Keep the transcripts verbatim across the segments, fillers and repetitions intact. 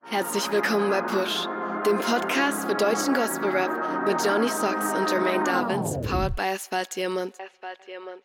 Herzlich willkommen bei Push, dem Podcast für deutschen Gospel Rap mit Johnny Socks und Jermaine Davins, powered by Asphalt Diamant. Asphalt Diamant.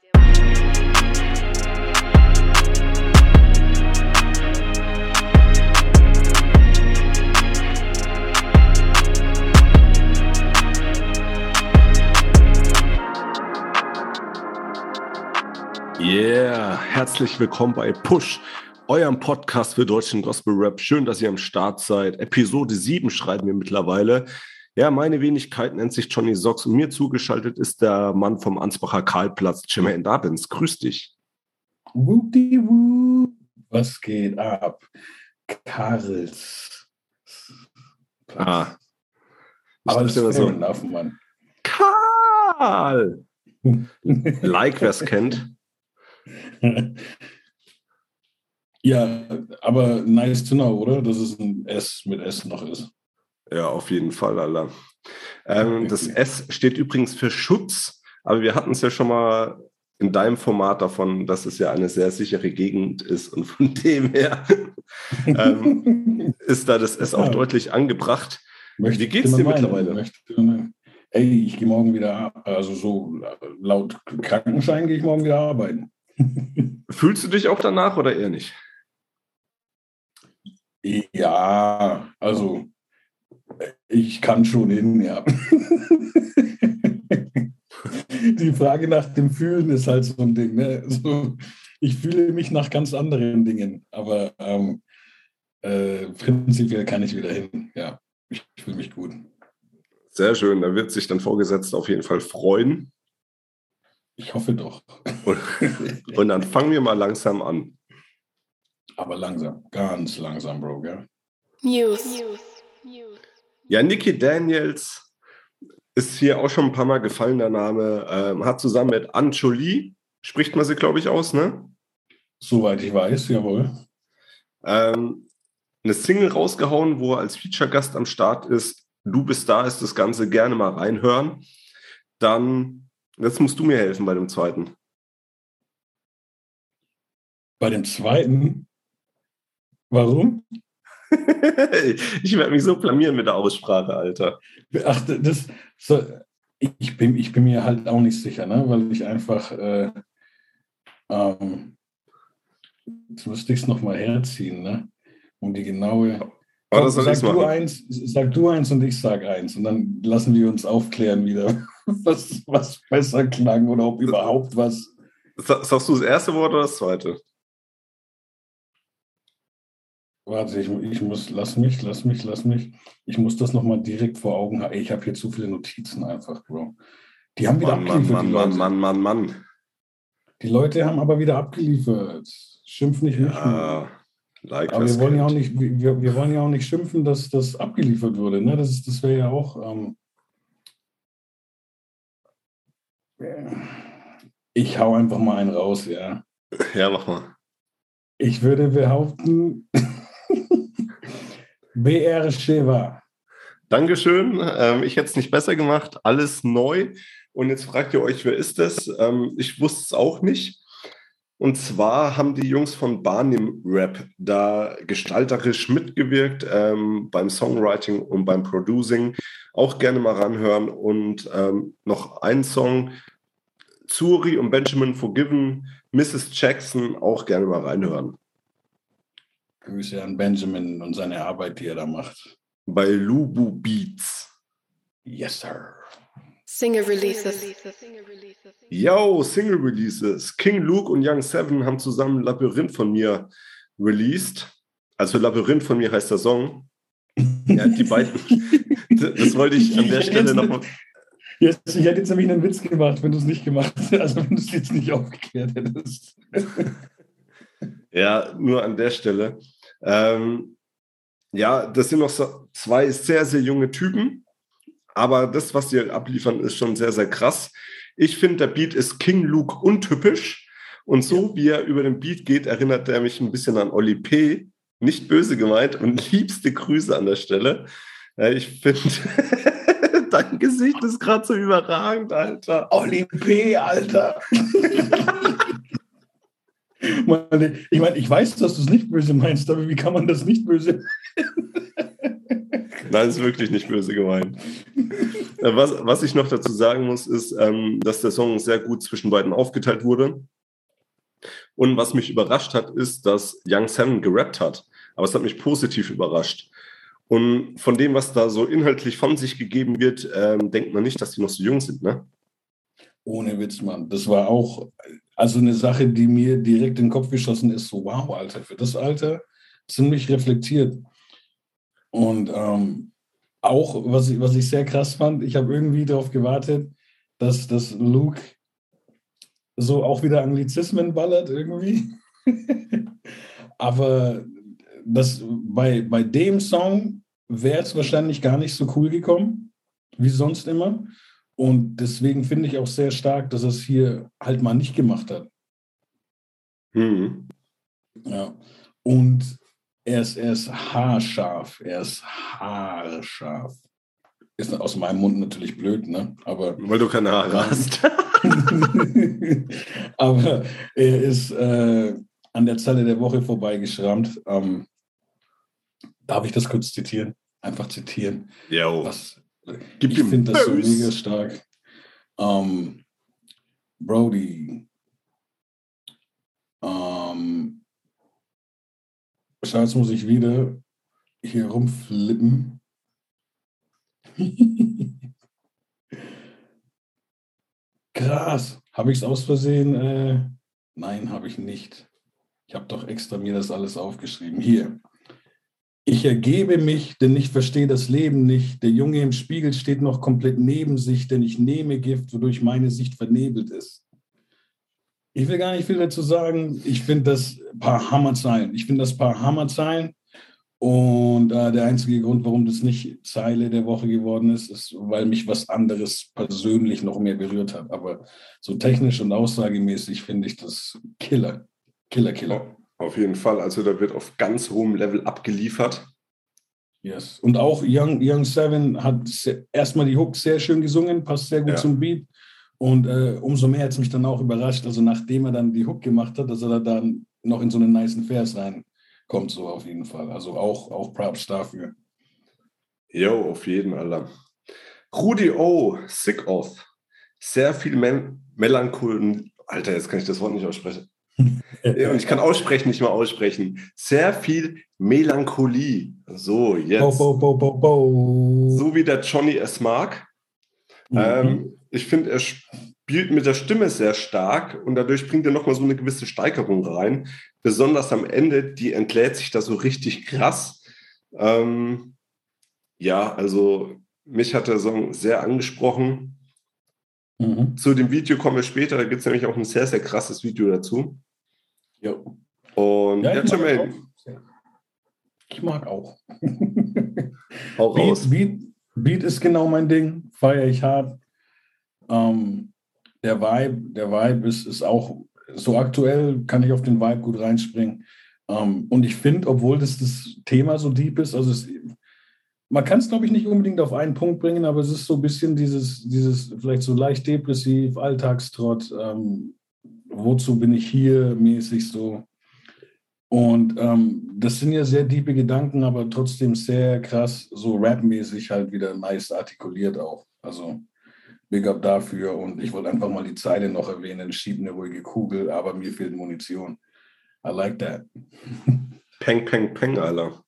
Yeah, herzlich willkommen bei Push, eurem Podcast für deutschen Gospel Rap. Schön, dass ihr am Start seid. Episode sieben schreiben wir mittlerweile. Ja, meine Wenigkeit nennt sich Johnny Socks und mir zugeschaltet ist der Mann vom Ansbacher Karlplatz, Jermaine Davins. Grüß dich. Wuppdiwupp. Was geht ab? Karls. Ah. Aber das ist so. fair enough, Mann. Karl! Like, wer es kennt. Ja, aber nice to know, oder? Dass es ein S mit S noch ist. Ja, auf jeden Fall, Alter. Ähm, das S steht übrigens für Schutz, aber wir hatten es ja schon mal in deinem Format davon, dass es ja eine sehr sichere Gegend ist und von dem her ähm, ist da das S auch ja. deutlich angebracht. Möchte Wie geht's dir mittlerweile? Möchte, ey, ich gehe morgen wieder, also so laut Krankenschein gehe ich morgen wieder arbeiten. Fühlst du dich auch danach oder eher nicht? Ja, also ich kann schon hin, ja. Die Frage nach dem Fühlen ist halt so ein Ding. Ne? Also, ich fühle mich nach ganz anderen Dingen, aber ähm, äh, prinzipiell kann ich wieder hin. Ja, ich fühle mich gut. Sehr schön, da wird sich dein Vorgesetzter auf jeden Fall freuen. Ich hoffe doch. Und, und dann fangen wir mal langsam an. Aber langsam, ganz langsam, Bro, gell? News. Ja, Nicky Daniels ist hier auch schon ein paar Mal gefallen, der Name. Ähm, hat zusammen mit Anjoli, spricht man sie, glaube ich, aus, ne? Soweit ich weiß, jawohl. Ähm, eine Single rausgehauen, wo er als Feature-Gast am Start ist. Du bist da, ist das Ganze, gerne mal reinhören. Dann, jetzt musst du mir helfen bei dem zweiten. Bei dem zweiten? Warum? Ich werde mich so blamieren mit der Aussprache, Alter. Ach, das, so, ich, bin, ich bin mir halt auch nicht sicher, ne? Weil ich einfach, äh, ähm, jetzt müsste ich es nochmal herziehen, ne? Um die genaue... Komm, sag, du eins, sag du eins und ich sag eins und dann lassen wir uns aufklären wieder, was, was besser klang oder ob überhaupt was... Sagst du das erste Wort oder das zweite? Warte, ich, ich muss, lass mich, lass mich, lass mich. Ich muss das nochmal direkt vor Augen haben. Ich habe hier zu viele Notizen einfach, Bro. Die haben wieder Mann, abgeliefert. Mann, Mann, Mann, Mann, Mann, Mann. Die Leute haben aber wieder abgeliefert. Schimpf nicht ja, nicht mehr. Like aber wir wollen, ja auch nicht, wir, wir wollen ja auch nicht schimpfen, dass das abgeliefert wurde. Ne? Das, das wäre ja auch... Ähm, ich hau einfach mal einen raus, ja. Ja, mach mal. Ich würde behaupten... B R Sheva. Dankeschön. Ähm, ich hätte es nicht besser gemacht. Alles neu. Und jetzt fragt ihr euch, wer ist das? Ähm, ich wusste es auch nicht. Und zwar haben die Jungs von Barnim Rap da gestalterisch mitgewirkt ähm, beim Songwriting und beim Producing. Auch gerne mal ranhören. Und ähm, noch ein Song, Zuri und Benjamin Forgiven, Misses Jackson, auch gerne mal reinhören. Grüße an Benjamin und seine Arbeit, die er da macht. Bei Lubu Beats. Yes, sir. Single Releases. Yo, Single Releases. King Luke und Young Seven haben zusammen Labyrinth von mir released. Also Labyrinth von mir heißt der Song. Ja, die beiden. Das wollte ich an der ich Stelle nochmal. Yes, ich hätte jetzt nämlich einen Witz gemacht, wenn du es nicht gemacht hättest. Also wenn du es jetzt nicht aufgeklärt hättest. Ja, nur an der Stelle. Ähm, ja, das sind noch so zwei sehr, sehr junge Typen. Aber das, was sie abliefern, ist schon sehr, sehr krass. Ich finde, der Beat ist King Luke untypisch. Und so, ja. wie er über den Beat geht, erinnert er mich ein bisschen an Oli P. Nicht böse gemeint und liebste Grüße an der Stelle. Ja, ich finde, dein Gesicht ist gerade so überragend, Alter. Oli P., Alter. Ich meine, ich weiß, dass du es nicht böse meinst, aber wie kann man das nicht böse Nein, ist wirklich nicht böse gemeint. Was, was ich noch dazu sagen muss, ist, ähm, dass der Song sehr gut zwischen beiden aufgeteilt wurde. Und was mich überrascht hat, ist, dass Young Seven gerappt hat. Aber es hat mich positiv überrascht. Und von dem, was da so inhaltlich von sich gegeben wird, ähm, denkt man nicht, dass die noch so jung sind, ne? Ohne Witz, Mann. Das war auch also eine Sache, die mir direkt in den Kopf geschossen ist. So, wow, Alter, für das Alter ziemlich reflektiert. Und ähm, auch, was ich, was ich sehr krass fand, ich habe irgendwie darauf gewartet, dass, dass Luke so auch wieder Anglizismen ballert irgendwie. Aber das, bei, bei dem Song wäre es wahrscheinlich gar nicht so cool gekommen, wie sonst immer. Und deswegen finde ich auch sehr stark, dass er es hier halt mal nicht gemacht hat. Mhm. Ja. Und er ist, er ist haarscharf. Er ist haarscharf. Ist aus meinem Mund natürlich blöd, ne? Aber, weil du keine Haare ähm, hast. aber er ist äh, an der Zeile der Woche vorbeigeschrammt. Ähm, darf ich das kurz zitieren? Einfach zitieren. Jo. Was, Gib ich ihm finde das so Bös. mega stark. Ähm, Brody. Ähm, schau, jetzt muss ich wieder hier rumflippen. Krass. Habe ich es aus Versehen? Äh, nein, habe ich nicht. Ich habe doch extra mir das alles aufgeschrieben. Hier. Ich ergebe mich, denn ich verstehe das Leben nicht. Der Junge im Spiegel steht noch komplett neben sich, denn ich nehme Gift, wodurch meine Sicht vernebelt ist. Ich will gar nicht viel dazu sagen. Ich finde das paar Hammerzeilen. Ich finde das paar Hammerzeilen. Und äh, der einzige Grund, warum das nicht Zeile der Woche geworden ist, ist, weil mich was anderes persönlich noch mehr berührt hat. Aber so technisch und aussagemäßig finde ich das Killer. Killer, Killer. Auf jeden Fall. Also da wird auf ganz hohem Level abgeliefert. Yes. Und auch Young, Young Seven hat sehr, erstmal die Hook sehr schön gesungen, passt sehr gut Ja. zum Beat. Und äh, umso mehr hat es mich dann auch überrascht, also nachdem er dann die Hook gemacht hat, dass er da dann noch in so einen nicen Vers reinkommt, so auf jeden Fall. Also auch, auch Props dafür. Jo, auf jeden Fall. Rudi O, Sick of. Sehr viel Mel- Melancholen. Alter, jetzt kann ich das Wort nicht aussprechen. Und ich kann aussprechen, nicht mal aussprechen. Sehr viel Melancholie. So, jetzt. Bo, bo, bo, bo, bo. So wie der Johnny es mag. Mhm. Ähm, ich finde, er spielt mit der Stimme sehr stark und dadurch bringt er nochmal so eine gewisse Steigerung rein. Besonders am Ende, die entlädt sich da so richtig krass. Ähm, ja, also mich hat der Song sehr angesprochen. Mhm. Zu dem Video kommen wir später, da gibt es nämlich auch ein sehr, sehr krasses Video dazu. Ja. Und Ja, ja, ich mag Jermaine, auch. Ich mag auch. hau raus. Beat, Beat, Beat ist genau mein Ding, feiere ich hart. Ähm, der Vibe, der Vibe ist, ist auch so aktuell, kann ich auf den Vibe gut reinspringen. Ähm, und ich finde, obwohl das, das Thema so deep ist, also es, man kann es, glaube ich, nicht unbedingt auf einen Punkt bringen, aber es ist so ein bisschen dieses, dieses vielleicht so leicht depressiv, Alltagstrott, ähm, wozu bin ich hier mäßig so. Und ähm, das sind ja sehr tiefe Gedanken, aber trotzdem sehr krass, so rapmäßig halt wieder nice artikuliert auch. Also Big up dafür und ich wollte einfach mal die Zeile noch erwähnen, schieb eine ruhige Kugel, aber mir fehlt Munition. I like that. Peng, peng, peng, Alter.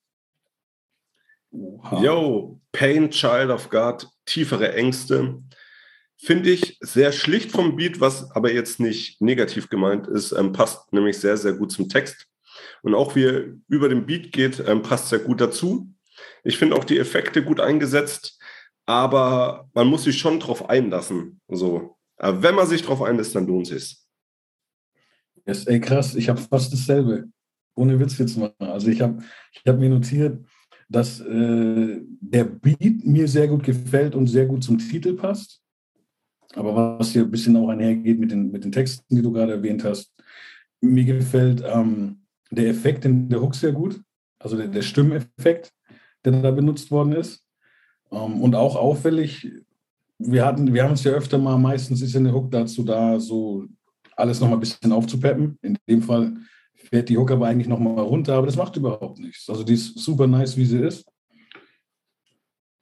Oha. Yo, Pain, Child of God, tiefere Ängste. Finde ich sehr schlicht vom Beat, was aber jetzt nicht negativ gemeint ist, ähm, passt nämlich sehr, sehr gut zum Text. Und auch wie er über den Beat geht, ähm, passt sehr gut dazu. Ich finde auch die Effekte gut eingesetzt, aber man muss sich schon drauf einlassen. So. Aber wenn man sich drauf einlässt, dann lohnt es sich. Yes, ey, krass, ich habe fast dasselbe. Ohne Witz jetzt mal. Also ich habe ich hab mir notiert, dass äh, der Beat mir sehr gut gefällt und sehr gut zum Titel passt. Aber was hier ein bisschen auch einhergeht mit den, mit den Texten, die du gerade erwähnt hast, mir gefällt ähm, der Effekt in der Hook sehr gut. Also der, der Stimmeffekt, der da benutzt worden ist. Ähm, und auch auffällig, wir hatten, wir haben es ja öfter mal, meistens ist ja eine Hook dazu da, so alles nochmal ein bisschen aufzupeppen. In dem Fall fährt die Hook aber eigentlich nochmal runter, aber das macht überhaupt nichts. Also die ist super nice, wie sie ist.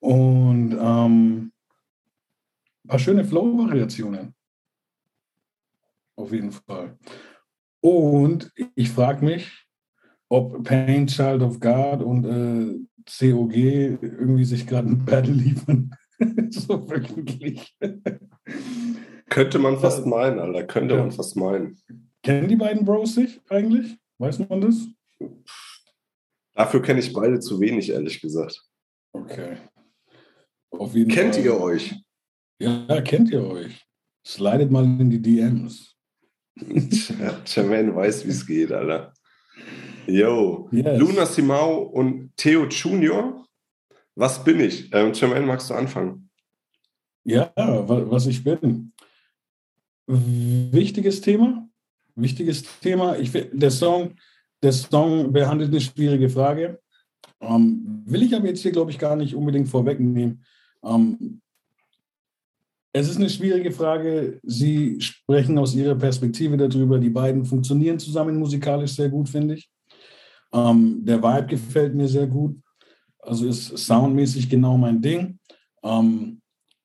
Und ähm, ein paar schöne Flow-Variationen. Auf jeden Fall. Und ich frage mich, ob Pain, Child of God und äh, C O G irgendwie sich gerade ein Battle liefern. So wöchentlich. Könnte man fast meinen, Alter. Könnte ja. man fast meinen. Kennen die beiden Bros sich eigentlich? Weiß man das? Dafür kenne ich beide zu wenig, ehrlich gesagt. Okay. Auf jeden Kennt Fall. ihr euch? Ja, kennt ihr euch. Slidet mal in die D Ms. Jermaine weiß, wie es geht, Alter. Yo. Yes. Luna Simao und Theo Junior. Was bin ich? Ähm, Jermaine, magst du anfangen? Ja, was ich bin. Wichtiges Thema. Wichtiges Thema. Ich, der, Song, der Song behandelt eine schwierige Frage. Ähm, will ich aber jetzt hier, glaube ich, gar nicht unbedingt vorwegnehmen. Ähm, es ist eine schwierige Frage. Sie sprechen aus ihrer Perspektive darüber. Die beiden funktionieren zusammen musikalisch sehr gut, finde ich. Ähm, der Vibe gefällt mir sehr gut. Also ist soundmäßig genau mein Ding. Ähm,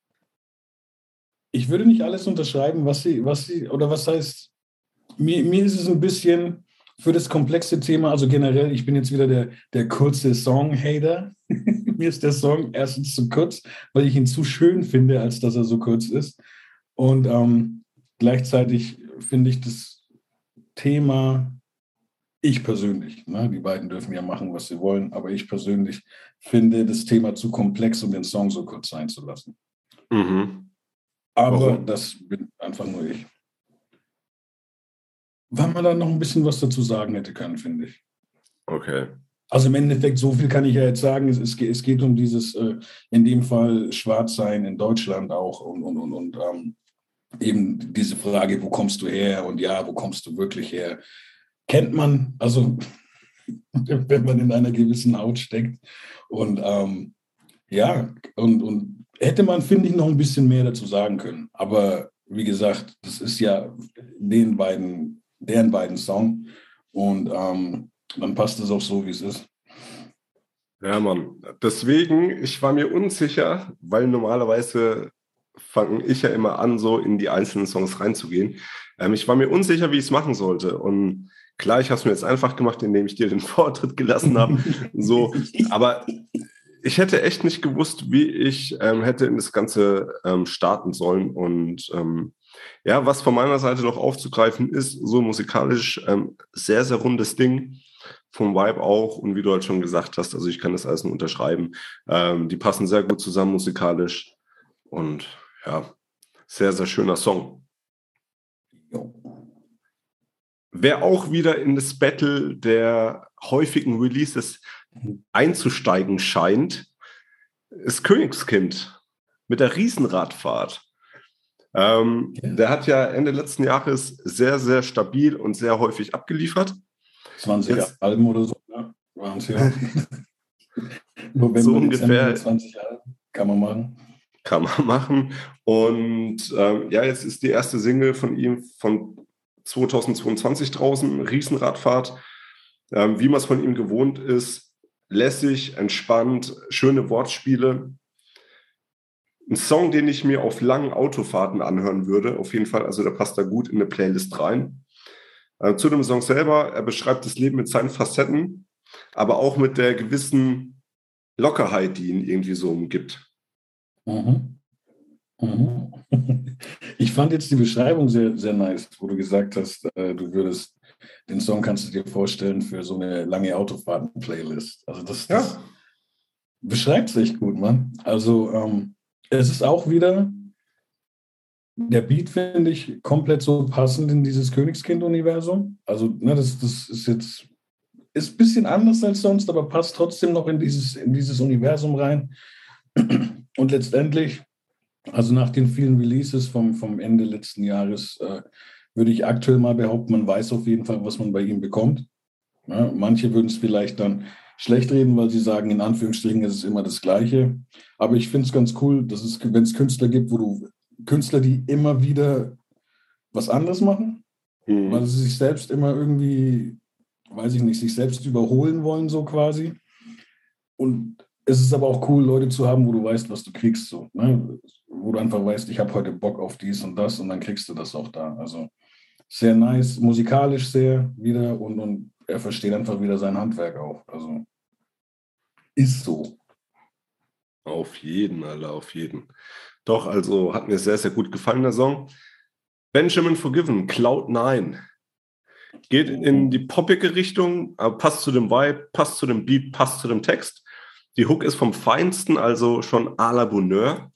ich würde nicht alles unterschreiben, was sie, was sie, oder was heißt, mir, mir ist es ein bisschen für das komplexe Thema, also generell, ich bin jetzt wieder der, der kurze Song-Hater. Mir ist der Song erstens zu kurz, weil ich ihn zu schön finde, als dass er so kurz ist. Und ähm, gleichzeitig finde ich das Thema, ich persönlich, ne, die beiden dürfen ja machen, was sie wollen, aber ich persönlich finde das Thema zu komplex, um den Song so kurz sein zu lassen. Mhm. Aber Warum? das bin einfach nur ich. Weil man da noch ein bisschen was dazu sagen hätte können, finde ich. Okay. Also im Endeffekt, so viel kann ich ja jetzt sagen, es, es, es geht um dieses, äh, in dem Fall Schwarzsein in Deutschland auch und, und, und, und ähm, eben diese Frage, wo kommst du her und ja, wo kommst du wirklich her, kennt man, also wenn man in einer gewissen Haut steckt und ähm, ja, und, und hätte man, finde ich, noch ein bisschen mehr dazu sagen können, aber wie gesagt, das ist ja den beiden, deren beiden Song und ähm, dann passt es auch so, wie es ist. Ja, Mann. Deswegen, ich war mir unsicher, weil normalerweise fange ich ja immer an, so in die einzelnen Songs reinzugehen. Ähm, ich war mir unsicher, wie ich es machen sollte. Und klar, ich habe es mir jetzt einfach gemacht, indem ich dir den Vortritt gelassen habe. So, aber ich hätte echt nicht gewusst, wie ich ähm, hätte in das Ganze ähm, starten sollen. Und ähm, ja, was von meiner Seite noch aufzugreifen ist, so musikalisch ähm, sehr, sehr rundes Ding. Vom Vibe auch. Und wie du halt schon gesagt hast, also ich kann das alles nur unterschreiben. Ähm, die passen sehr gut zusammen musikalisch. Und ja, sehr, sehr schöner Song. Wer auch wieder in das Battle der häufigen Releases einzusteigen scheint, ist Königskind mit der Riesenradfahrt. Ähm, ja. Der hat ja Ende letzten Jahres sehr, sehr stabil und sehr häufig abgeliefert. zwanzig Jetzt, Alben oder so, ne? Waren es ja. November, so ungefähr. zwanzig Jahre kann man machen. Kann man machen. Und ähm, ja, jetzt ist die erste Single von ihm von zweitausendzweiundzwanzig draußen, Riesenradfahrt. Ähm, wie man es von ihm gewohnt ist, lässig, entspannt, schöne Wortspiele. Ein Song, den ich mir auf langen Autofahrten anhören würde, auf jeden Fall. Also der passt da gut in eine Playlist rein. Äh, zu dem Song selber, er beschreibt das Leben mit seinen Facetten, aber auch mit der gewissen Lockerheit, die ihn irgendwie so umgibt. Mhm. Mhm. Ich fand jetzt die Beschreibung sehr, sehr nice, wo du gesagt hast, äh, du würdest, den Song kannst du dir vorstellen für so eine lange Autofahrten-Playlist. Also das, das ja. beschreibt es echt gut, Mann. Also ähm, es ist auch wieder, der Beat finde ich komplett so passend in dieses Königskind-Universum. Also ne, das, das ist jetzt, ist ein bisschen anders als sonst, aber passt trotzdem noch in dieses, in dieses Universum rein. Und letztendlich, also nach den vielen Releases vom, vom Ende letzten Jahres, äh, würde ich aktuell mal behaupten, man weiß auf jeden Fall, was man bei ihm bekommt. Ja, manche würden es vielleicht dann schlecht reden, weil sie sagen, in Anführungsstrichen ist es immer das Gleiche. Aber ich finde es ganz cool, dass es, wenn es Künstler gibt, wo du Künstler, die immer wieder was anderes machen, mhm. weil sie sich selbst immer irgendwie, weiß ich nicht, sich selbst überholen wollen, so quasi. Und es ist aber auch cool, Leute zu haben, wo du weißt, was du kriegst. So, ne? Wo du einfach weißt, ich habe heute Bock auf dies und das und dann kriegst du das auch da. Also sehr nice, musikalisch sehr wieder und, und er versteht einfach wieder sein Handwerk auch. Also ist so. Auf jeden, Alter, auf jeden. Doch, also hat mir sehr, sehr gut gefallen, der Song. Benjamin Forgiven, Cloud nine. Geht in die poppige Richtung, aber passt zu dem Vibe, passt zu dem Beat, passt zu dem Text. Die Hook ist vom Feinsten, also schon à la Bonheur.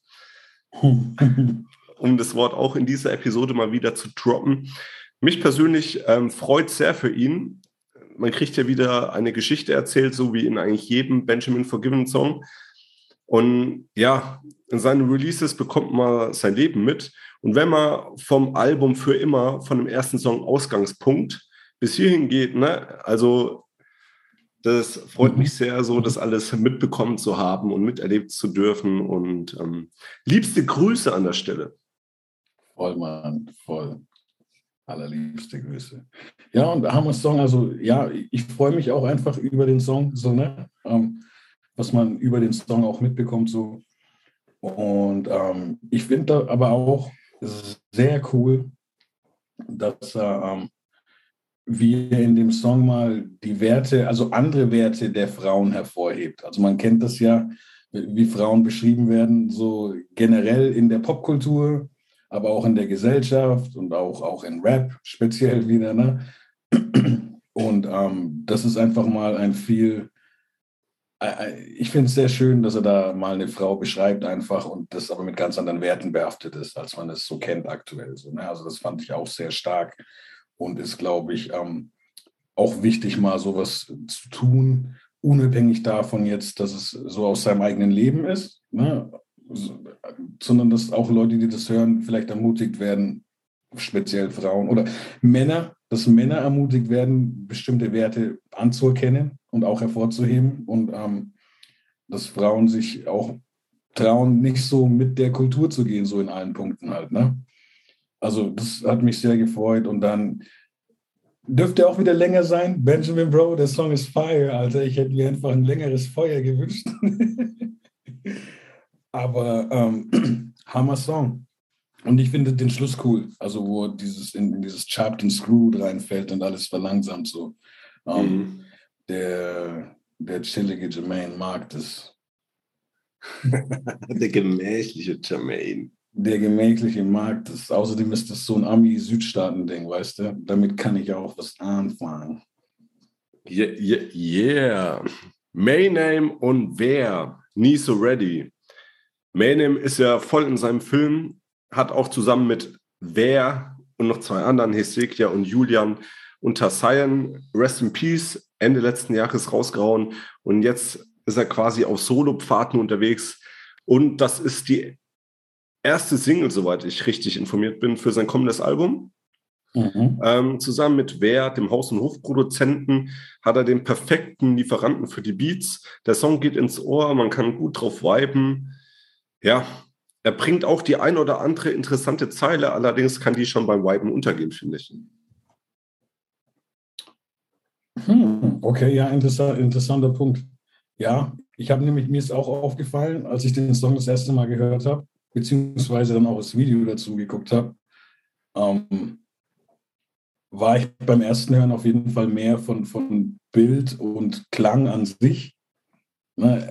Um das Wort auch in dieser Episode mal wieder zu droppen. Mich persönlich ähm, freut sehr für ihn. Man kriegt ja wieder eine Geschichte erzählt, so wie in eigentlich jedem Benjamin Forgiven Song. Und ja, in seinen Releases bekommt man sein Leben mit. Und wenn man vom Album Für immer, von dem ersten Song Ausgangspunkt bis hierhin geht, ne, also das freut mich sehr, so das alles mitbekommen zu haben und miterlebt zu dürfen. Und ähm, liebste Grüße an der Stelle. Voll, Mann, voll. Allerliebste Grüße. Ja, und Hammer Song, also ja, ich freue mich auch einfach über den Song, so, ne? Ähm, was man über den Song auch mitbekommt, so. Und ähm, ich finde aber auch sehr cool, dass er, ähm, wie er in dem Song mal die Werte, also andere Werte der Frauen hervorhebt. Also man kennt das ja, wie Frauen beschrieben werden, so generell in der Popkultur, aber auch in der Gesellschaft und auch, auch in Rap speziell wieder. Ne? Und ähm, das ist einfach mal ein viel, äh, ich finde es sehr schön, dass er da mal eine Frau beschreibt einfach und das aber mit ganz anderen Werten behaftet ist, als man es so kennt aktuell. So, ne? Also das fand ich auch sehr stark und ist, glaube ich, ähm, auch wichtig, mal sowas zu tun, unabhängig davon jetzt, dass es so aus seinem eigenen Leben ist, ne? Sondern dass auch Leute, die das hören, vielleicht ermutigt werden, speziell Frauen oder Männer, dass Männer ermutigt werden, bestimmte Werte anzuerkennen und auch hervorzuheben und ähm, dass Frauen sich auch trauen, nicht so mit der Kultur zu gehen, so in allen Punkten halt. Ne? Also das hat mich sehr gefreut und dann dürfte auch wieder länger sein. Benjamin Bro, der Song ist Fire, Alter. Ich hätte mir einfach ein längeres Feuer gewünscht. Aber ähm, Hammer Song. Und ich finde den Schluss cool. Also wo dieses in, in dieses Chopped and Screwed reinfällt und alles verlangsamt so. Ähm, mhm. Der, der chillige Jermaine mag das. Der gemächliche Jermaine. Der gemächliche mag das. Außerdem ist das so ein Ami-Südstaaten-Ding, weißt du? Damit kann ich auch was anfangen. Yeah, yeah, yeah. Mayname und Wer, Nie So Ready. Mayname ist ja voll in seinem Film, hat auch zusammen mit Wer und noch zwei anderen, Hesekia und Julian, unter Cyan, Rest in Peace, Ende letzten Jahres rausgehauen. Und jetzt ist er quasi auf Solo-Pfaden unterwegs. Und das ist die erste Single, soweit ich richtig informiert bin, für sein kommendes Album. Mhm. Ähm, zusammen mit Wer, dem Haus- und Hofproduzenten, hat er den perfekten Lieferanten für die Beats. Der Song geht ins Ohr, man kann gut drauf viben. Ja, er bringt auch die ein oder andere interessante Zeile, allerdings kann die schon beim Viben untergehen, finde ich. Hm, okay, ja, interessant, interessanter Punkt. Ja, ich habe nämlich, mir ist auch aufgefallen, als ich den Song das erste Mal gehört habe, beziehungsweise dann auch das Video dazu geguckt habe, ähm, war ich beim ersten Hören auf jeden Fall mehr von, von Bild und Klang an sich. Ne?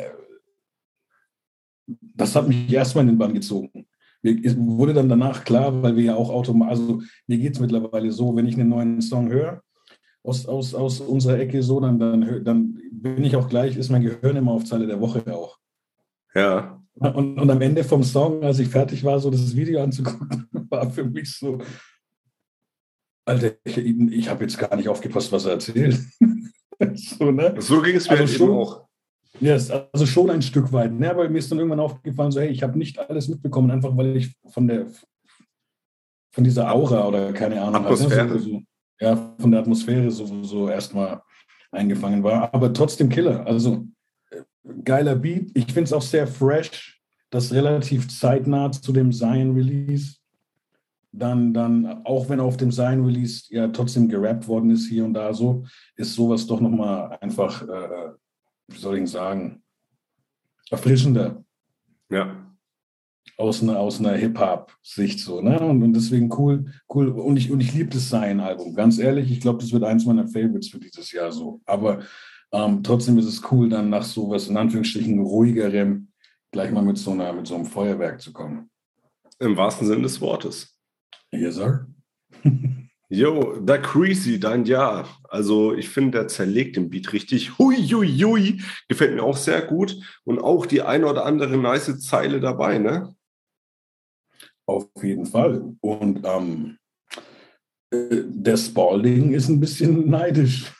Das hat mich erstmal in den Bann gezogen. Es wurde dann danach klar, weil wir ja auch automatisch, also mir geht es mittlerweile so, wenn ich einen neuen Song höre, aus, aus, aus unserer Ecke so, dann, dann, dann bin ich auch gleich, ist mein Gehirn immer auf Zeile der Woche auch. Ja. Und, und am Ende vom Song, als ich fertig war, so das Video anzugucken, war für mich so, Alter, ich, ich habe jetzt gar nicht aufgepasst, was er erzählt. so, ne? So ging es mir also schon, eben auch. Yes, also schon ein Stück weit. Ne? Aber mir ist dann irgendwann aufgefallen, so, hey, ich habe nicht alles mitbekommen, einfach weil ich von der von dieser Aura oder keine Ahnung, Atmosphäre. Halt, ne? so, so, ja, von der Atmosphäre so, so erstmal eingefangen war. Aber trotzdem Killer. Also geiler Beat. Ich finde es auch sehr fresh, dass relativ zeitnah zu dem Zion-Release dann, dann, auch wenn auf dem Zion-Release ja trotzdem gerappt worden ist hier und da so, ist sowas doch nochmal einfach, äh, wie soll ich sagen, erfrischender. Ja. Aus einer, aus einer Hip-Hop-Sicht so, ne? Und, und deswegen cool, cool. Und ich, und ich liebe das Sein-Album. Ganz ehrlich, ich glaube, das wird eins meiner Favorites für dieses Jahr so. Aber ähm, trotzdem ist es cool, dann nach so was in Anführungsstrichen ruhigerem gleich mal mit so einer, mit so einem Feuerwerk zu kommen. Im wahrsten Sinne des Wortes. Yes, sir. Yo, Da Creasy, dein Jahr. Also ich finde, der zerlegt den Beat richtig. Hui, hui, hui. Gefällt mir auch sehr gut. Und auch die eine oder andere nice Zeile dabei, ne? Auf jeden Fall. Und ähm, äh, der Spalding ist ein bisschen neidisch.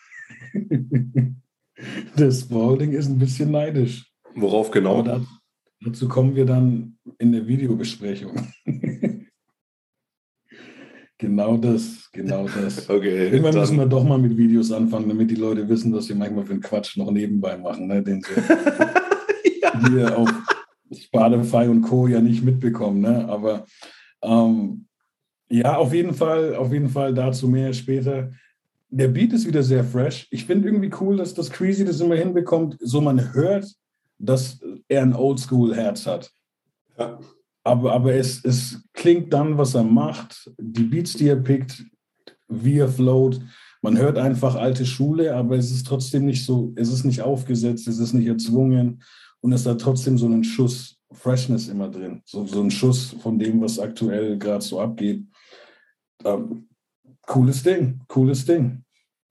Der Spalding ist ein bisschen neidisch. Worauf genau? Aber da, dazu kommen wir dann in der Videobesprechung. Genau das, genau das. Okay, Irgendwann dann. müssen wir doch mal mit Videos anfangen, damit die Leute wissen, was wir manchmal für einen Quatsch noch nebenbei machen, ne? Den sie Ja. hier auf Spotify und Co. ja nicht mitbekommen. Ne? Aber ähm, ja, auf jeden Fall, auf jeden Fall dazu mehr später. Der Beat ist wieder sehr fresh. Ich finde irgendwie cool, dass das Creasy das immer hinbekommt, so man hört, dass er ein Oldschool-Herz hat. Ja. Aber, aber es, es klingt dann, was er macht, die Beats, die er pickt, wie er float. Man hört einfach alte Schule, aber es ist trotzdem nicht so, es ist nicht aufgesetzt, es ist nicht erzwungen und es hat trotzdem so einen Schuss Freshness immer drin. So, so ein Schuss von dem, was aktuell gerade so abgeht. Ähm, cooles Ding, cooles Ding.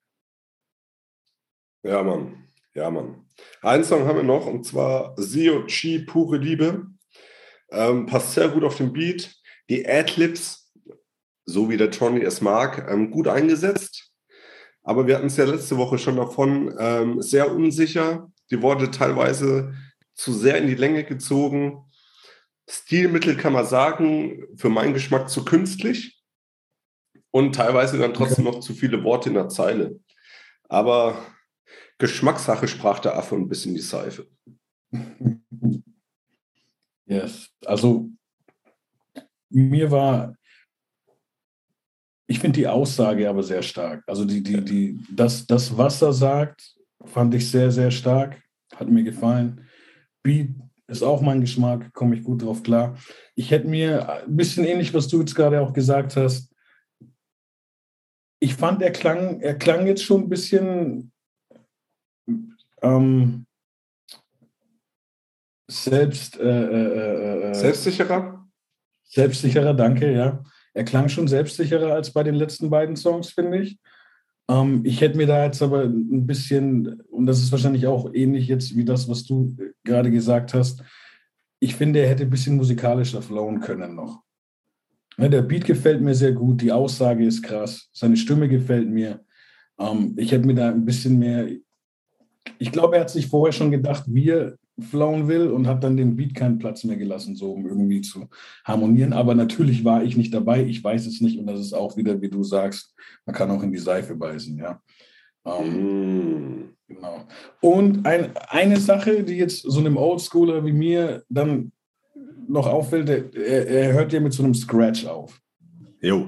Ja, Mann. Ja, Mann. Einen Song haben wir noch, und zwar Seo Chi, Pure Liebe. Ähm, passt sehr gut auf den Beat. Die Adlibs, so wie der Johnny es mag, ähm, gut eingesetzt. Aber wir hatten es ja letzte Woche schon davon, ähm, sehr unsicher. Die Worte teilweise zu sehr in die Länge gezogen. Stilmittel kann man sagen, für meinen Geschmack zu künstlich. Und teilweise dann trotzdem noch zu viele Worte in der Zeile. Aber Geschmackssache, sprach der Affe ein bisschen die Seife. Yes. Also mir war, ich finde die Aussage aber sehr stark. Also die, die, die, das, das, was er sagt, fand ich sehr, sehr stark. Hat mir gefallen. Beat ist auch mein Geschmack, komme ich gut drauf klar. Ich hätte mir ein bisschen ähnlich, was du jetzt gerade auch gesagt hast. Ich fand, er klang, er klang jetzt schon ein bisschen ähm, selbst, äh, äh, äh, Selbstsicherer? Selbstsicherer, danke, ja. Er klang schon selbstsicherer als bei den letzten beiden Songs, finde ich. Ähm, ich hätte mir da jetzt aber ein bisschen, und das ist wahrscheinlich auch ähnlich jetzt wie das, was du gerade gesagt hast, ich finde, er hätte ein bisschen musikalischer flowen können noch. Ja, der Beat gefällt mir sehr gut, die Aussage ist krass, seine Stimme gefällt mir. Ähm, ich hätte mir da ein bisschen mehr, ich glaube, er hat sich vorher schon gedacht, wie er flowen will und hat dann dem Beat keinen Platz mehr gelassen, so um irgendwie zu harmonieren. Aber natürlich war ich nicht dabei, ich weiß es nicht und das ist auch wieder, wie du sagst, man kann auch in die Seife beißen, ja. Ähm, mm. Genau. Und ein, eine Sache, die jetzt so einem Oldschooler wie mir dann noch auffällt, er, er hört ja mit so einem Scratch auf. Jo.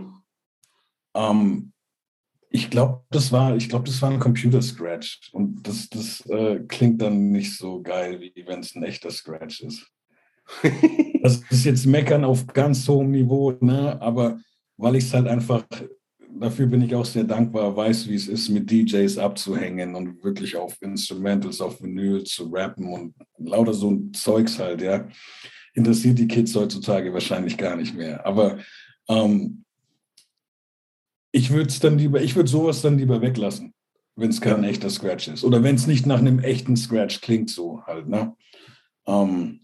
Ähm, ich glaube, das war, ich glaube, das war ein Computer-Scratch. Und das, das äh, klingt dann nicht so geil, wie wenn es ein echter Scratch ist. Das ist jetzt Meckern auf ganz hohem Niveau, ne? Aber weil ich es halt einfach, dafür bin ich auch sehr dankbar, weiß, wie es ist, mit D Js abzuhängen und wirklich auf Instrumentals, auf Vinyl zu rappen und lauter so ein Zeugs halt, ja. Interessiert die Kids heutzutage wahrscheinlich gar nicht mehr. Aber ähm, ich würde es dann lieber, ich würde sowas dann lieber weglassen, wenn es kein ja. echter Scratch ist. Oder wenn es nicht nach einem echten Scratch klingt, so halt, ne? Ähm,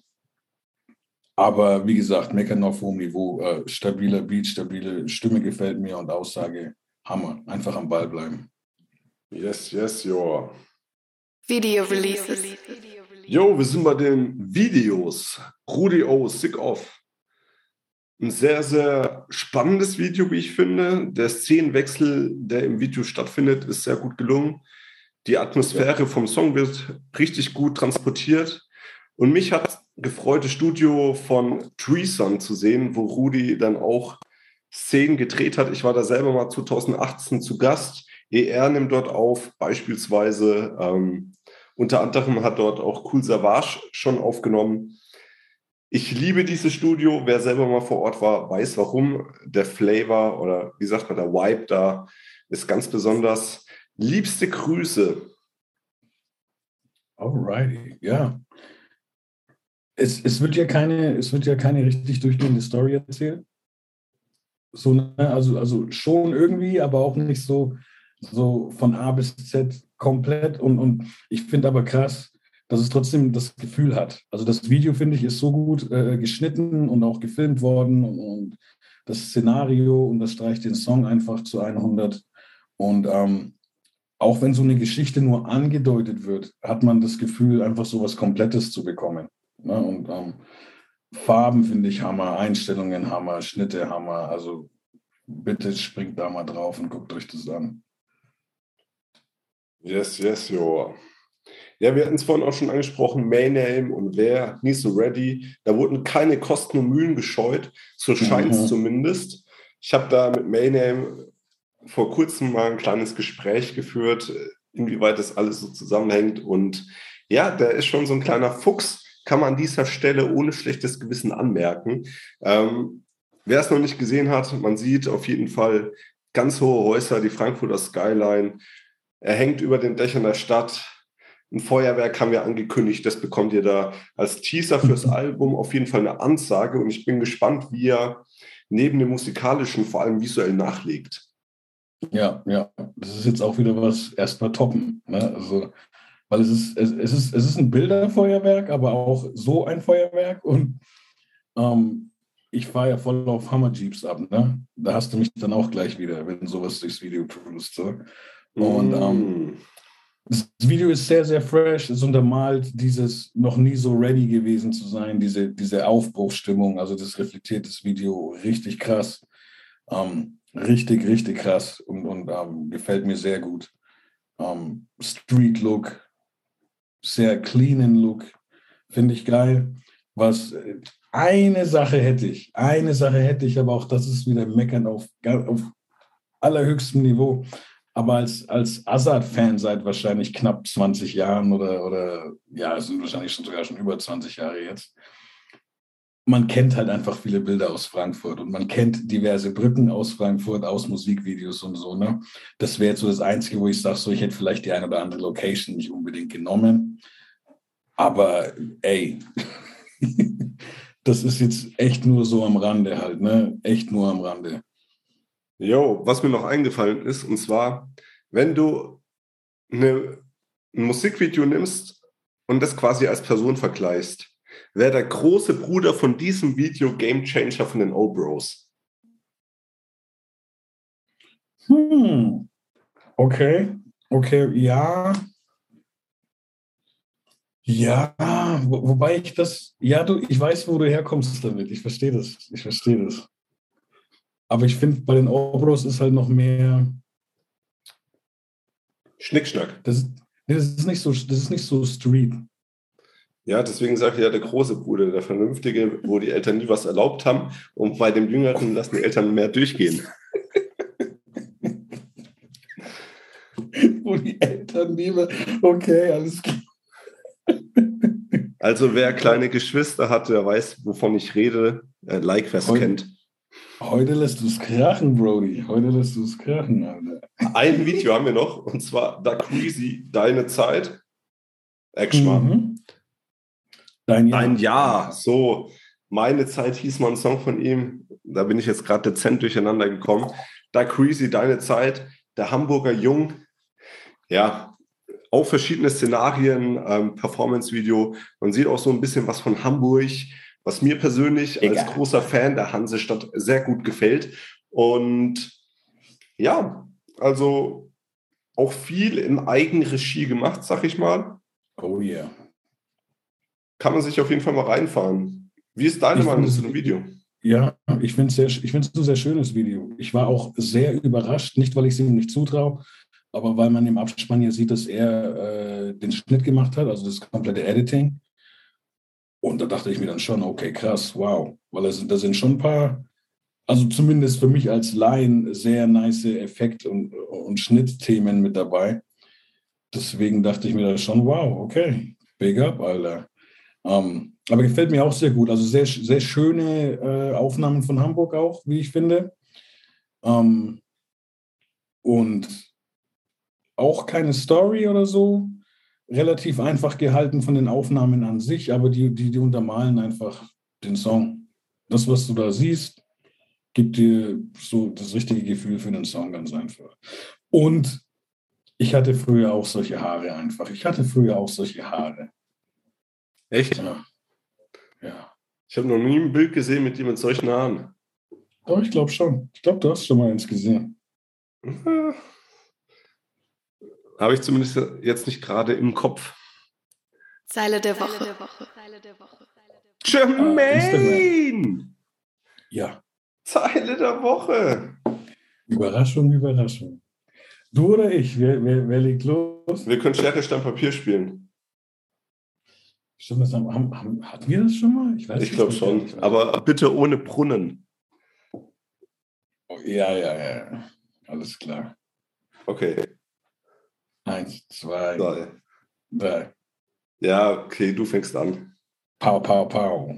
aber wie gesagt, meckern auf hohem Niveau, äh, stabiler Beat, stabile Stimme gefällt mir und Aussage, Hammer. Einfach am Ball bleiben. Yes, yes, jo. Video Releases. Jo, wir sind bei den Videos. Rudi O, Sick Off. Ein sehr, sehr spannendes Video, wie ich finde. Der Szenenwechsel, der im Video stattfindet, ist sehr gut gelungen. Die Atmosphäre vom Song wird richtig gut transportiert. Und mich hat gefreut, das Studio von Treason zu sehen, wo Rudi dann auch Szenen gedreht hat. Ich war da selber mal zwanzig achtzehn zu Gast. E R nimmt dort auf, beispielsweise. Ähm, Unter anderem hat dort auch Kool Savas schon aufgenommen. Ich liebe dieses Studio. Wer selber mal vor Ort war, weiß warum. Der Flavor oder wie sagt man, der Vibe da ist ganz besonders. Liebste Grüße. Alrighty, ja. Es, es, wird ja keine, es wird ja keine richtig durchgehende Story erzählt. So, ne? also, also schon irgendwie, aber auch nicht so, so von A bis Z komplett. Und, und ich finde aber krass, dass es trotzdem das Gefühl hat. Also das Video, finde ich, ist so gut äh, geschnitten und auch gefilmt worden. Und, und das Szenario und das streicht den Song einfach zu hundert. Und ähm, auch wenn so eine Geschichte nur angedeutet wird, hat man das Gefühl, einfach so was Komplettes zu bekommen. Ne? Und ähm, Farben finde ich Hammer, Einstellungen Hammer, Schnitte Hammer. Also bitte springt da mal drauf und guckt euch das an. Yes, yes, jo. Ja, wir hatten es vorhin auch schon angesprochen, Mayhem und Wer, Nie So Ready. Da wurden keine Kosten und Mühen gescheut, so scheint es mhm. zumindest. Ich habe da mit Mayhem vor kurzem mal ein kleines Gespräch geführt, inwieweit das alles so zusammenhängt. Und ja, der ist schon so ein kleiner Fuchs, kann man an dieser Stelle ohne schlechtes Gewissen anmerken. Ähm, wer es noch nicht gesehen hat, man sieht auf jeden Fall ganz hohe Häuser, die Frankfurter Skyline. Er hängt über den Dächern der Stadt. Ein Feuerwerk haben wir angekündigt, das bekommt ihr da als Teaser fürs Album auf jeden Fall eine Ansage. Und ich bin gespannt, wie er neben dem musikalischen vor allem visuell nachlegt. Ja, ja, das ist jetzt auch wieder was erstmal toppen. Ne? Also, weil es ist, es, es, ist, es ist ein Bilderfeuerwerk, aber auch so ein Feuerwerk. Und ähm, ich fahre ja voll auf Hammer Jeeps ab. Ne? Da hast du mich dann auch gleich wieder, wenn sowas durchs Video cruist. So. Und ähm, das Video ist sehr, sehr fresh. Es untermalt dieses noch nie so ready gewesen zu sein, diese, diese Aufbruchsstimmung. Also das reflektiert das Video richtig krass. Ähm, Richtig, richtig krass und, und ähm, gefällt mir sehr gut. Ähm, Street Look, sehr cleanen Look, finde ich geil. Was, eine Sache hätte ich, eine Sache hätte ich, aber auch das ist wieder Meckern auf, auf allerhöchstem Niveau. Aber als, als Azad-Fan seit wahrscheinlich knapp zwanzig Jahren oder, oder ja, es sind wahrscheinlich schon sogar schon über zwanzig Jahre jetzt, man kennt halt einfach viele Bilder aus Frankfurt und man kennt diverse Brücken aus Frankfurt, aus Musikvideos und so. Ne? Das wäre jetzt so das Einzige, wo ich sage, so, ich hätte vielleicht die eine oder andere Location nicht unbedingt genommen. Aber ey, das ist jetzt echt nur so am Rande halt, ne? Echt nur am Rande. Jo, was mir noch eingefallen ist, und zwar, wenn du eine, ein Musikvideo nimmst und das quasi als Person vergleichst, wer der große Bruder von diesem Video Game Changer von den O-Bros? Hm, okay, okay, ja. Ja, wo, wobei ich das, ja, du, ich weiß, wo du herkommst damit. Ich verstehe das, ich verstehe das. Aber ich finde, bei den O-Bros ist halt noch mehr Schnickschnack. Das, das ist nicht so, das ist nicht so Street. Ja, deswegen sage ich ja, der große Bruder, der Vernünftige, wo die Eltern nie was erlaubt haben. Und bei dem Jüngeren lassen die Eltern mehr durchgehen. Wo die Eltern lieber, okay, alles klar. Also wer kleine Geschwister hat, der weiß, wovon ich rede. Äh, like, wer es kennt. Heute lässt du es krachen, Brody. Heute lässt du es krachen, Alter. Ein Video haben wir noch, und zwar Da Crazy, Deine Zeit. Ekschmann. Mhm. Dein Jahr. Dein Jahr. So, Meine Zeit hieß mal ein Song von ihm. Da bin ich jetzt gerade dezent durcheinander gekommen. Da Crazy, Deine Zeit. Der Hamburger Jung. Ja, auch verschiedene Szenarien, ähm, Performance-Video. Man sieht auch so ein bisschen was von Hamburg, was mir persönlich Egal. als großer Fan der Hansestadt sehr gut gefällt. Und ja, also auch viel in Eigenregie gemacht, sag ich mal. Oh yeah. Kann man sich auf jeden Fall mal reinfahren. Wie ist deine Meinung zu dem Video? Ja, ich finde es ein sehr schönes Video. Ich war auch sehr überrascht, nicht weil ich es ihm nicht zutraue, aber weil man im Abspann ja sieht, dass er äh, den Schnitt gemacht hat, also das komplette Editing. Und da dachte ich mir dann schon, okay, krass, wow. Weil da sind, da sind schon ein paar, also zumindest für mich als Laien, sehr nice Effekt- und, und Schnittthemen mit dabei. deswegen dachte ich mir da schon, wow, okay, big up, Alter. Ähm, aber gefällt mir auch sehr gut. Also sehr, sehr schöne äh, Aufnahmen von Hamburg auch, wie ich finde. Ähm, und auch keine Story oder so. Relativ einfach gehalten von den Aufnahmen an sich, aber die, die, die untermalen einfach den Song. Das, was du da siehst, gibt dir so das richtige Gefühl für den Song ganz einfach. Und ich hatte früher auch solche Haare einfach. Ich hatte früher auch solche Haare. Echt? Ja, ja. Ich habe noch nie ein Bild gesehen mit dir mit solchen Haaren. Doch, ich glaube schon. Ich glaube, du hast schon mal eins gesehen. Hm, habe ich zumindest jetzt nicht gerade im Kopf. Zeile der Woche. Äh, Instagram. Jermaine! Ja. Zeile der Woche. Überraschung, Überraschung. Du oder ich? Wer, wer, wer legt los? Wir können Schere, Stein, Papier spielen. Stimmt, das haben, haben, haben, hatten wir das schon mal? Ich weiß Ich glaube nicht, schon. nicht. Aber bitte ohne Brunnen. Ja, ja, ja. Alles klar. Okay. Eins, zwei, Drei. drei. Ja, okay, du fängst an. Pow, pow, pow.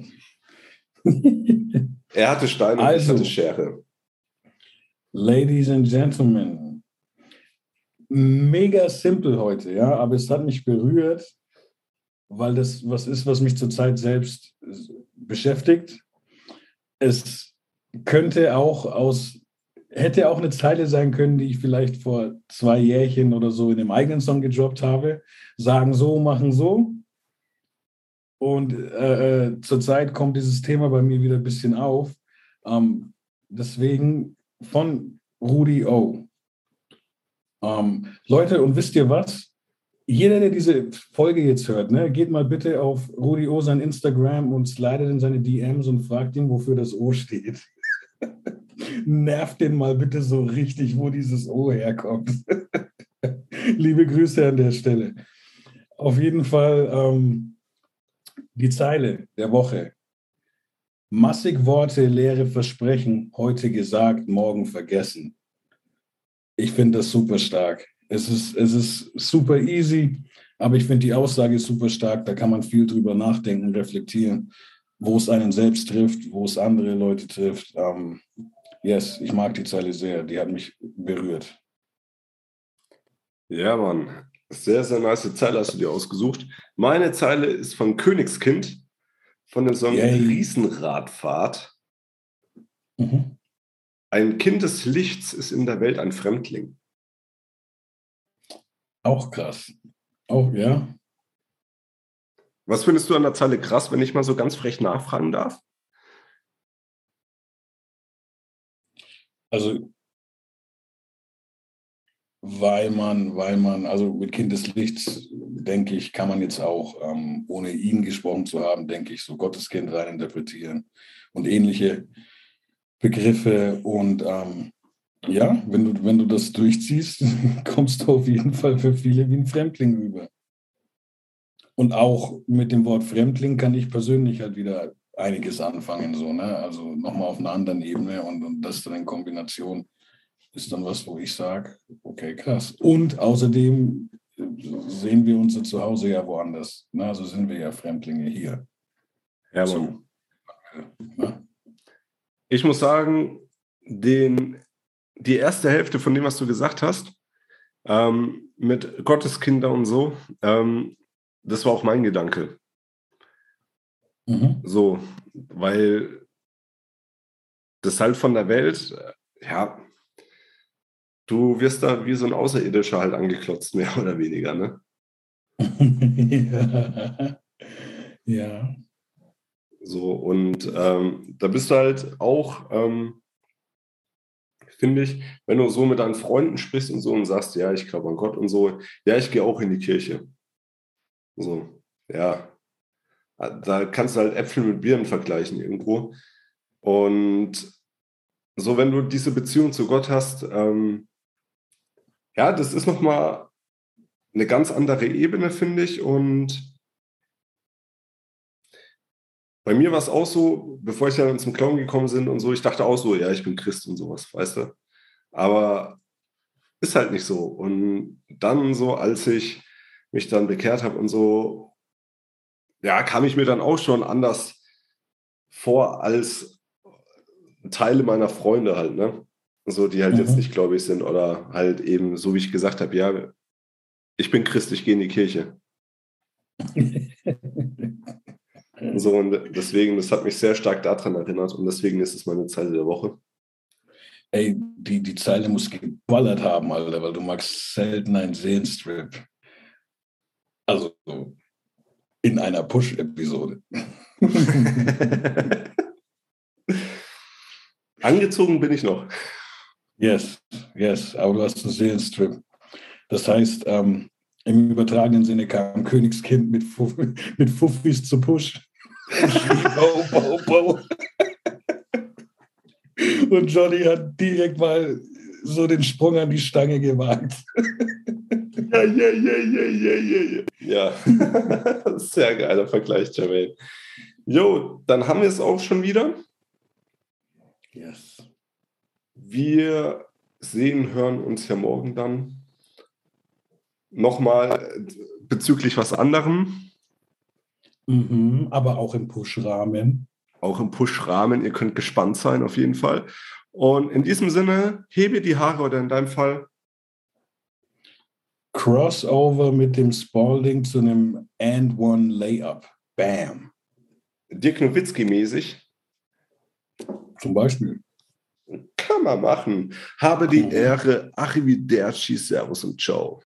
Er hatte Stein und Also, ich hatte Schere. Ladies and Gentlemen, mega simpel heute, ja, aber es hat mich berührt, weil das was ist, was mich zurzeit selbst beschäftigt. Es könnte auch aus, hätte auch eine Zeile sein können, die ich vielleicht vor zwei Jährchen oder so in dem eigenen Song gedroppt habe. Sagen so, machen so. Und äh, äh, zurzeit kommt dieses Thema bei mir wieder ein bisschen auf. Ähm, deswegen von Rudi O. Ähm, Leute, und wisst ihr was? Jeder, der diese Folge jetzt hört, ne, geht mal bitte auf Rudi O sein Instagram und slidet in seine D Ms und fragt ihn, wofür das O steht. Nervt den mal bitte so richtig, wo dieses O herkommt. Liebe Grüße an der Stelle. Auf jeden Fall ähm, die Zeile der Woche. Massig Worte, leere Versprechen, heute gesagt, morgen vergessen. Ich finde das super stark. Es ist, es ist super easy, aber ich finde die Aussage super stark. Da kann man viel drüber nachdenken, reflektieren, wo es einen selbst trifft, wo es andere Leute trifft. Ähm, yes, ich mag die Zeile sehr. Die hat mich berührt. Ja, Mann. Sehr, sehr nice Zeile hast du dir ausgesucht. Meine Zeile ist von Königskind, von dem Song Yay. Riesenradfahrt. Mhm. Ein Kind des Lichts ist in der Welt ein Fremdling. Auch krass. Auch, ja. Was findest du an der Zeile krass, wenn ich mal so ganz frech nachfragen darf? Also, weil man, weil man, also mit Kind des Lichts, denke ich, kann man jetzt auch, ähm, ohne ihn gesprochen zu haben, denke ich, so Gotteskind reininterpretieren und ähnliche Begriffe. Und ähm, ja, wenn du, wenn du das durchziehst, kommst du auf jeden Fall für viele wie ein Fremdling rüber. Und auch mit dem Wort Fremdling kann ich persönlich halt wieder einiges anfangen, so, ne? Also nochmal auf einer anderen Ebene und, und das dann in Kombination ist dann was, wo ich sage, okay, krass. Und außerdem sehen wir unser Zuhause ja woanders. Ne? Also sind wir ja Fremdlinge hier. Ja, So. Mann. Ne? Ich muss sagen, den, die erste Hälfte von dem, was du gesagt hast, ähm, mit Gotteskinder und so, ähm, das war auch mein Gedanke. Mhm. So, weil das halt von der Welt, äh, ja, du wirst da wie so ein Außerirdischer halt angeklotzt, mehr oder weniger, ne? ja. ja. So, und ähm, da bist du halt auch, ähm, finde ich, wenn du so mit deinen Freunden sprichst und so und sagst, ja, ich glaube an Gott und so, ja, ich gehe auch in die Kirche. So, ja, da kannst du halt Äpfel mit Birnen vergleichen irgendwo. Und so, wenn du diese Beziehung zu Gott hast, ähm, ja, das ist nochmal eine ganz andere Ebene, finde ich. Und bei mir war es auch so, bevor ich dann zum Glauben gekommen bin und so, ich dachte auch so, ja, ich bin Christ und sowas, weißt du. Aber ist halt nicht so. Und dann so, als ich mich dann bekehrt habe und so, ja, kam ich mir dann auch schon anders vor als Teile meiner Freunde halt, ne? So, die halt mhm. jetzt nicht gläubig sind oder halt eben, so wie ich gesagt habe, ja, ich bin Christ, ich gehe in die Kirche. So, und deswegen, das hat mich sehr stark daran erinnert und deswegen ist es meine Zeile der Woche. Ey, die, die Zeile muss geballert haben, Alter, weil du magst selten einen Seelenstrip. Also in einer Push-Episode. Angezogen bin ich noch. Yes, yes, aber du hast einen Seelenstrip. Das heißt, ähm, im übertragenen Sinne kam Königskind mit, Fuff, mit Fuffis zu Push. Bau, bau, bau. Und Johnny hat direkt mal so den Sprung an die Stange gewagt. Ja, ja, ja, ja, ja, ja. Ja, sehr geiler Vergleich, Jermaine. Jo, dann haben wir es auch schon wieder. Yes. Wir sehen, hören uns ja morgen dann nochmal bezüglich was anderem. Mhm, aber auch im Push-Rahmen. Auch im Push-Rahmen. Ihr könnt gespannt sein, auf jeden Fall. Und in diesem Sinne, hebe die Haare oder in deinem Fall Crossover mit dem Spalding zu einem And-One-Layup. Bam. Dirk Nowitzki-mäßig. Zum Beispiel. Kann man machen. Habe die mhm. Ehre. Arrivederci, Servus und Ciao.